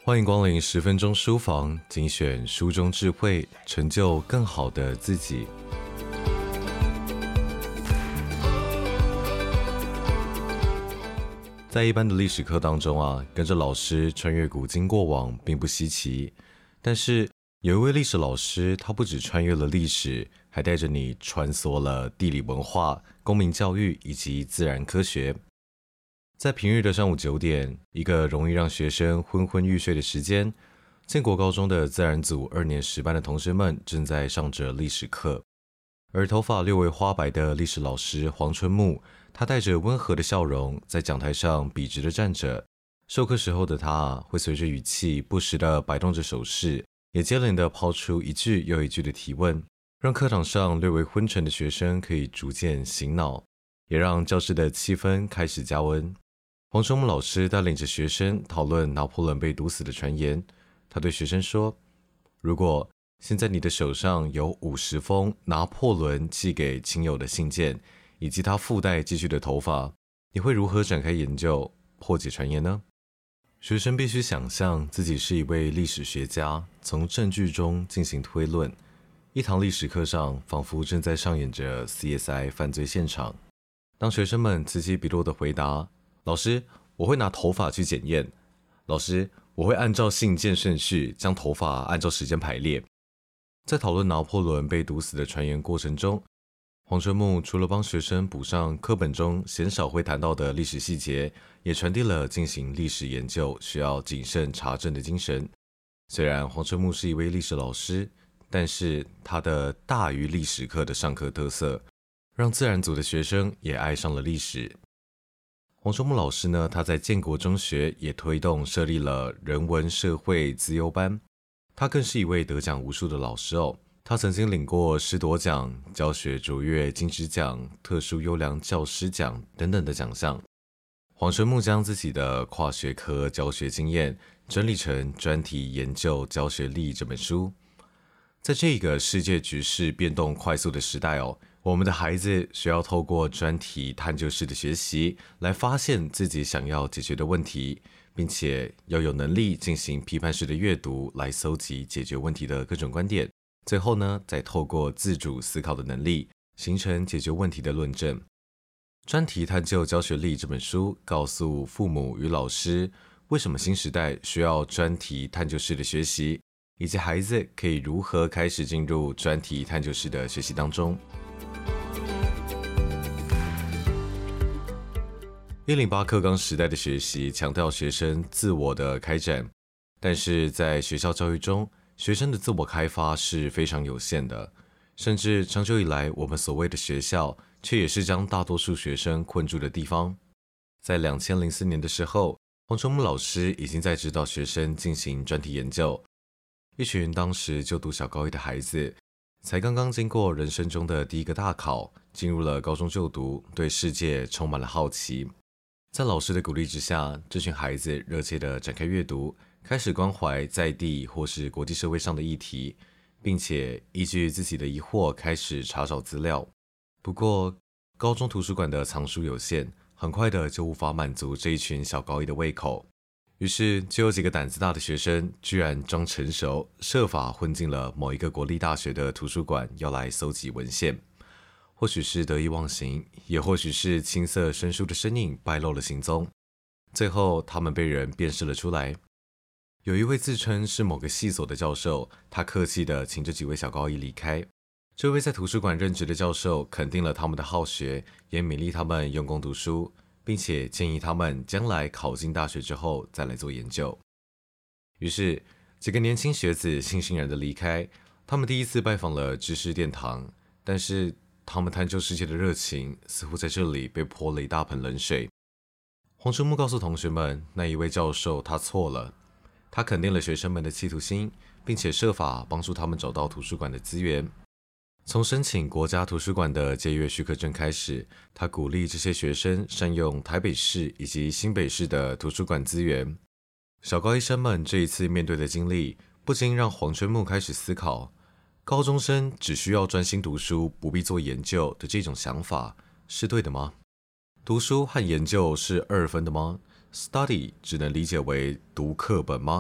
欢迎光临10分钟书房，精选书中智慧，成就更好的自己。在一般的历史课当中跟着老师穿越古今过往并不稀奇，但是有一位历史老师，他不只穿越了历史，还带着你穿梭了地理文化、公民教育以及自然科学。在平日的上午9点，一个容易让学生昏昏欲睡的时间，建国高中的自然组2年10班的同学们正在上着历史课，而头发略微花白的历史老师黄春木，他带着温和的笑容在讲台上笔直地站着。授课时候的他会随着语气不时地摆动着手势，也接连地抛出一句又一句的提问，让课堂上略微昏沉的学生可以逐渐醒脑，也让教室的气氛开始加温。黄春木老师带领着学生讨论拿破仑被毒死的传言。他对学生说，如果现在你的手上有50封拿破仑寄给亲友的信件，以及他附带寄去的头发，你会如何展开研究，破解传言呢？学生必须想象自己是一位历史学家，从证据中进行推论。一堂历史课上仿佛正在上演着 CSI 犯罪现场。当学生们此起彼落地回答，老师，我会拿头发去检验。老师，我会按照信件顺序将头发按照时间排列。在讨论拿破仑被毒死的传言过程中，黄春木除了帮学生补上课本中鲜少会谈到的历史细节，也传递了进行历史研究需要谨慎查证的精神。虽然黄春木是一位历史老师，但是他的大于历史课的上课特色，让自然组的学生也爱上了历史。黄春木老师呢，他在建国中学也推动设立了人文社会资优班，他更是一位得奖无数的老师哦。他曾经领过师铎奖、教学卓越金质奖、特殊优良教师奖等等的奖项。黄春木将自己的跨学科教学经验整理成专题研究教学力这本书。在这个世界局势变动快速的时代我们的孩子需要透过专题探究式的学习来发现自己想要解决的问题，并且要有能力进行批判式的阅读来搜集解决问题的各种观点，最后呢，再透过自主思考的能力形成解决问题的论证。专题探究教学力这本书告诉父母与老师，为什么新时代需要专题探究式的学习，以及孩子可以如何开始进入专题探究式的学习当中。108课纲时代的学习强调学生自我的开展，但是在学校教育中，学生的自我开发是非常有限的，甚至长久以来，我们所谓的学校却也是将大多数学生困住的地方。在2004年的时候，黄春木老师已经在指导学生进行专题研究。一群当时就读小高一的孩子，才刚刚经过人生中的第一个大考，进入了高中就读，对世界充满了好奇。在老师的鼓励之下，这群孩子热切地展开阅读，开始关怀在地或是国际社会上的议题，并且依据自己的疑惑开始查找资料。不过，高中图书馆的藏书有限，很快的就无法满足这一群小高一的胃口。于是，就有几个胆子大的学生居然装成熟，设法混进了某一个国立大学的图书馆，要来搜集文献。或许是得意忘形，也或许是青涩生疏的身影败露了行踪。最后，他们被人辨识了出来。有一位自称是某个系所的教授，他客气地请这几位小高一离开。这位在图书馆任职的教授肯定了他们的好学，也勉励他们用功读书，并且建议他们将来考进大学之后再来做研究。于是，几个年轻学子悻悻然地离开。他们第一次拜访了知识殿堂，但是他们探究世界的热情似乎在这里被泼了一大盆冷水。黄春木告诉同学们，那一位教授他错了，他肯定了学生们的企图心，并且设法帮助他们找到图书馆的资源。从申请国家图书馆的借阅许可证开始，他鼓励这些学生善用台北市以及新北市的图书馆资源。小高一生们这一次面对的经历，不禁让黄春木开始思考，高中生只需要专心读书，不必做研究的这种想法是对的吗？读书和研究是二分的吗？ Study 只能理解为读课本吗？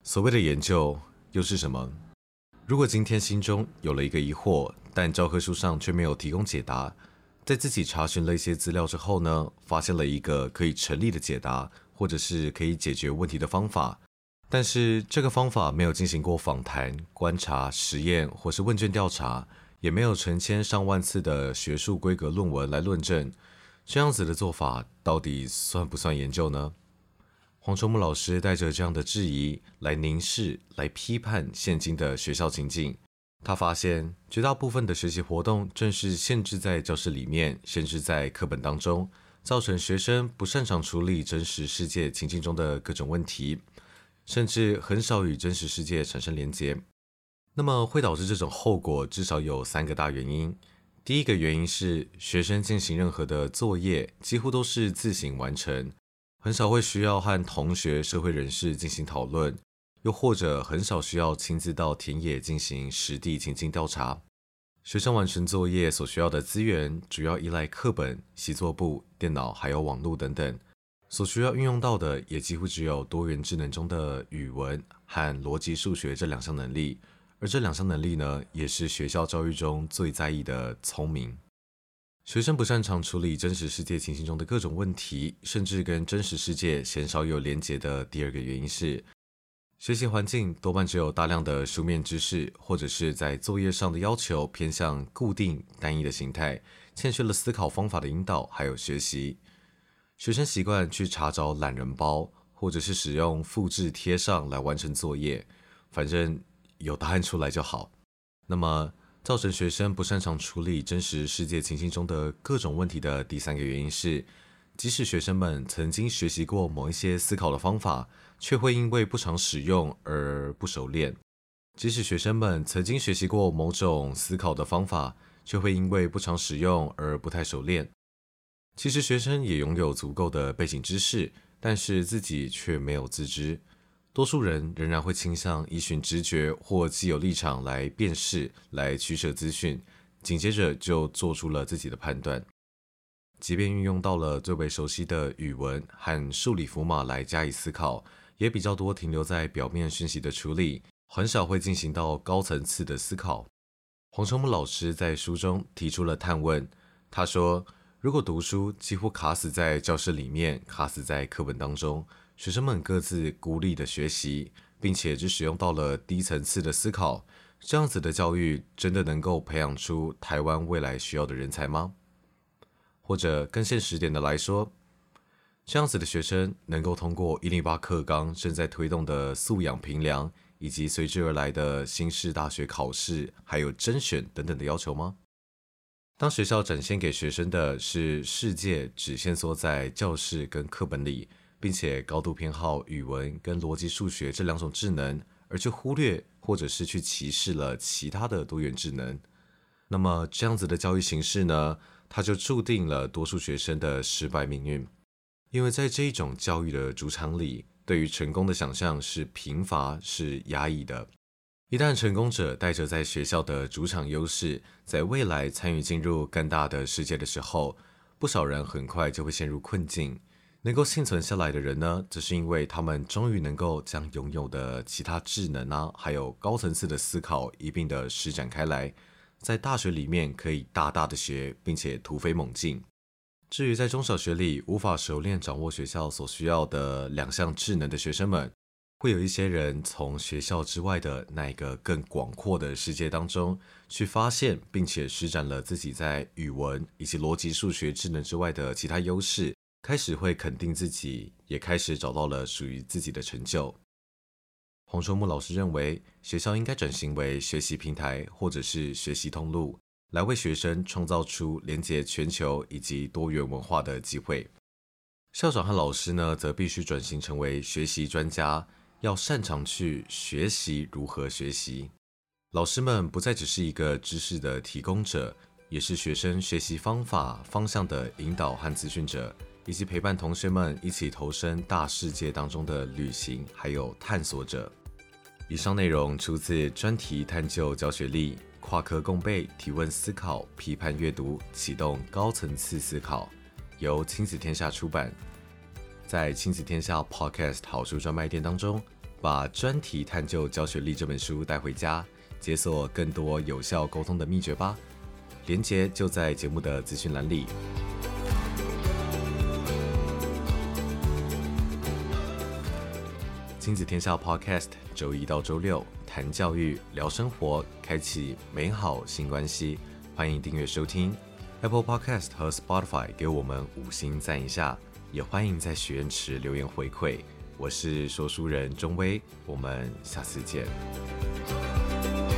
所谓的研究又是什么？如果今天心中有了一个疑惑，但教科书上却没有提供解答，在自己查询了一些资料之后呢，发现了一个可以成立的解答，或者是可以解决问题的方法，但是这个方法没有进行过访谈、观察、实验或是问卷调查，也没有成千上万次的学术规格论文来论证，这样子的做法到底算不算研究呢？黄崇木老师带着这样的质疑来凝视、来批判现今的学校情境。他发现绝大部分的学习活动正是限制在教室里面，限制在课本当中，造成学生不擅长处理真实世界情境中的各种问题，甚至很少与真实世界产生连结。那么会导致这种后果至少有3个大原因。第一个原因是学生进行任何的作业几乎都是自行完成，很少会需要和同学、社会人士进行讨论，又或者很少需要亲自到田野进行实地情境调查。学生完成作业所需要的资源主要依赖课本、习作簿、电脑还有网络等等，所需要运用到的也几乎只有多元智能中的语文和逻辑数学这2项能力，而这2项能力呢，也是学校教育中最在意的聪明。学生不擅长处理真实世界情形中的各种问题，甚至跟真实世界鲜少有连结的第2个原因是，学习环境多半只有大量的书面知识，或者是在作业上的要求偏向固定单一的形态，欠缺了思考方法的引导还有学习。学生习惯去查找懒人包，或者是使用复制贴上来完成作业，反正有答案出来就好。那么造成学生不擅长处理真实世界情境中的各种问题的第3个原因是，即使学生们曾经学习过某一些思考的方法，却会因为不常使用而不熟练。即使学生们曾经学习过某种思考的方法，却会因为不常使用而不太熟练。其实学生也拥有足够的背景知识，但是自己却没有自知。多数人仍然会倾向依循直觉或既有立场来辨识、来取舍资讯，紧接着就做出了自己的判断。即便运用到了最为熟悉的语文和数理符码来加以思考，也比较多停留在表面讯息的处理，很少会进行到高层次的思考。黄崇木老师在书中提出了探问，他说，如果读书几乎卡死在教室里面，卡死在课本当中，学生们各自孤立的学习，并且只使用到了低层次的思考，这样子的教育真的能够培养出台湾未来需要的人才吗？或者更现实点的来说，这样子的学生能够通过108课纲正在推动的素养评量，以及随之而来的新式大学考试，还有甄选等等的要求吗？当学校展现给学生的是世界只限缩在教室跟课本里，并且高度偏好语文跟逻辑数学这2种智能，而去忽略或者是去歧视了其他的多元智能，那么这样子的教育形式呢，它就注定了多数学生的失败命运。因为在这一种教育的主场里，对于成功的想象是贫乏、是压抑的。一旦成功者带着在学校的主场优势，在未来参与进入更大的世界的时候，不少人很快就会陷入困境。能够幸存下来的人呢，则是因为他们终于能够将拥有的其他智能啊，还有高层次的思考一并的施展开来，在大学里面可以大大的学，并且突飞猛进。至于在中小学里无法熟练掌握学校所需要的2项智能的学生们，会有一些人从学校之外的那一个更广阔的世界当中去发现，并且施展了自己在语文以及逻辑数学智能之外的其他优势，开始会肯定自己，也开始找到了属于自己的成就。黄崇木老师认为，学校应该转型为学习平台或者是学习通路，来为学生创造出连接全球以及多元文化的机会。校长和老师呢，则必须转型成为学习专家，要擅长去学习如何学习。老师们不再只是一个知识的提供者，也是学生学习方法、方向的引导和资讯者，以及陪伴同学们一起投身大世界当中的旅行还有探索者。以上内容出自专题探究教学力，跨科共备，提问思考，批判阅读，启动高层次思考，由亲子天下出版。在亲子天下 Podcast 好书专卖店当中， 把专题探究教学力这本书带回家，解锁更多有效沟通的秘诀吧。连结就在节目的资讯栏里。亲子天下 Podcast 周一到周六谈教育、聊生活，开启美好新关系。欢迎订阅收听 Apple Podcast 和 Spotify， 给我们5星赞一下，也欢迎在许愿池留言回馈。我是说书人钟威，我们下次见。